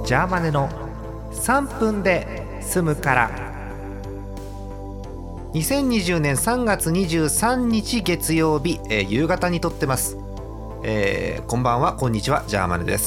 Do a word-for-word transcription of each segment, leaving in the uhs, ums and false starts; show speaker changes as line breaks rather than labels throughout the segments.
ジャーマネのさんぷんで済むから。にせんにじゅうねんさんがつにじゅうさんにち月曜日、えー、夕方に撮ってます、えー、こんばんは、こんにちは、ジャーマネです。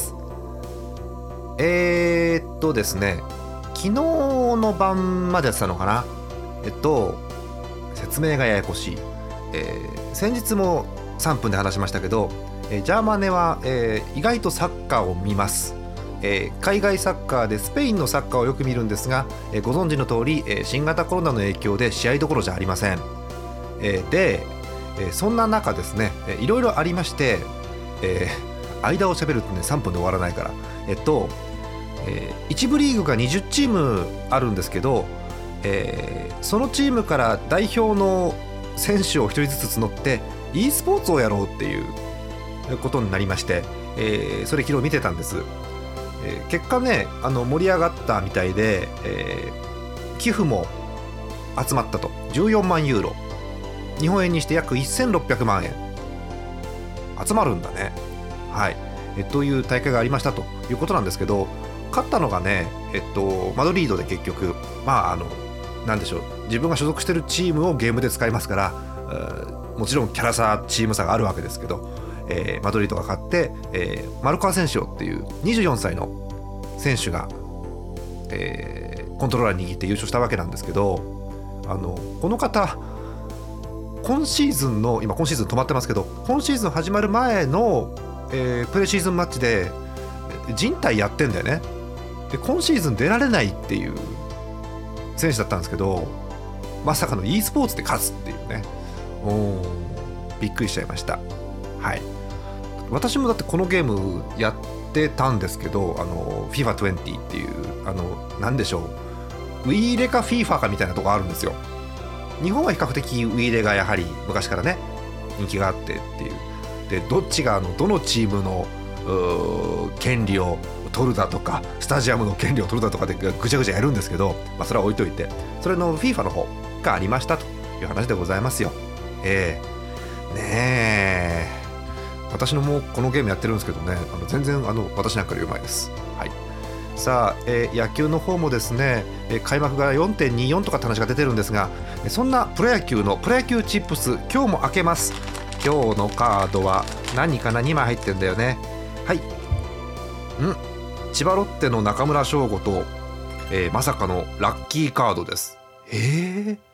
えーっとですね昨日の晩までやってたのかな。えっと説明がややこしい、えー、先日もさんぷんで話しましたけど、えー、ジャーマネは、えー、意外とサッカーを見ます。えー、海外サッカーでスペインのサッカーをよく見るんですが、えー、ご存知の通り、えー、新型コロナの影響で試合どころじゃありません。えー、で、えー、そんな中ですね、えー、いろいろありまして、えー、間を喋るとねさんぷんで終わらないから、えっと、えー、いち部リーグがにじゅっチームあるんですけど、えー、そのチームから代表の選手をひとりずつ募って e スポーツをやろうっていうことになりまして、えー、それ昨日見てたんです。えー、結果ねあの盛り上がったみたいで、えー、寄付も集まったと。じゅうよんまんユーロ、日本円にして約せんろっぴゃくまんえん集まるんだね。はい、えという大会がありましたということなんですけど、勝ったのがね、えっと、マドリードで結局、まああのなんでしょう、自分が所属してるチームをゲームで使いますから、もちろんキャラ差チーム差があるわけですけど、えー、マドリードが勝って、えー、マルコアセンシオっていうにじゅうよんさいの選手が、えー、コントローラー握って優勝したわけなんですけど、あのこの方今シーズンの今今シーズン止まってますけど、今シーズン始まる前の、えー、プレシーズンマッチで靭帯やってんだよね。で今シーズン出られないっていう選手だったんですけど、まさかの e スポーツで勝つっていうね、おびっくりしちゃいました。はい、私もだってこのゲームやってたんですけど、あの フィファにじゅう っていう、あのなんでしょう、ウィーレか フィファ かみたいなとこあるんですよ。日本は比較的ウィーレがやはり昔からね人気があってっていう。でどっちがあのどのチームの権利を取るだとかスタジアムの権利を取るだとかでぐちゃぐちゃやるんですけど、まあ、それは置いといて、それの フィファ の方がありましたという話でございますよ。えー、ねえ私のもうこのゲームやってるんですけどね、あの全然あの私なんかよりうまいです。はい、さあ、えー、野球の方もですね、えー、開幕が よんてんにじゅうよん とかって話が出てるんですが、そんなプロ野球のプロ野球チップス今日も開けます。今日のカードは何かな、にまい入ってんだよね。はい、ん千葉ロッテの中村奨吾と、えー、まさかのラッキーカードです。えー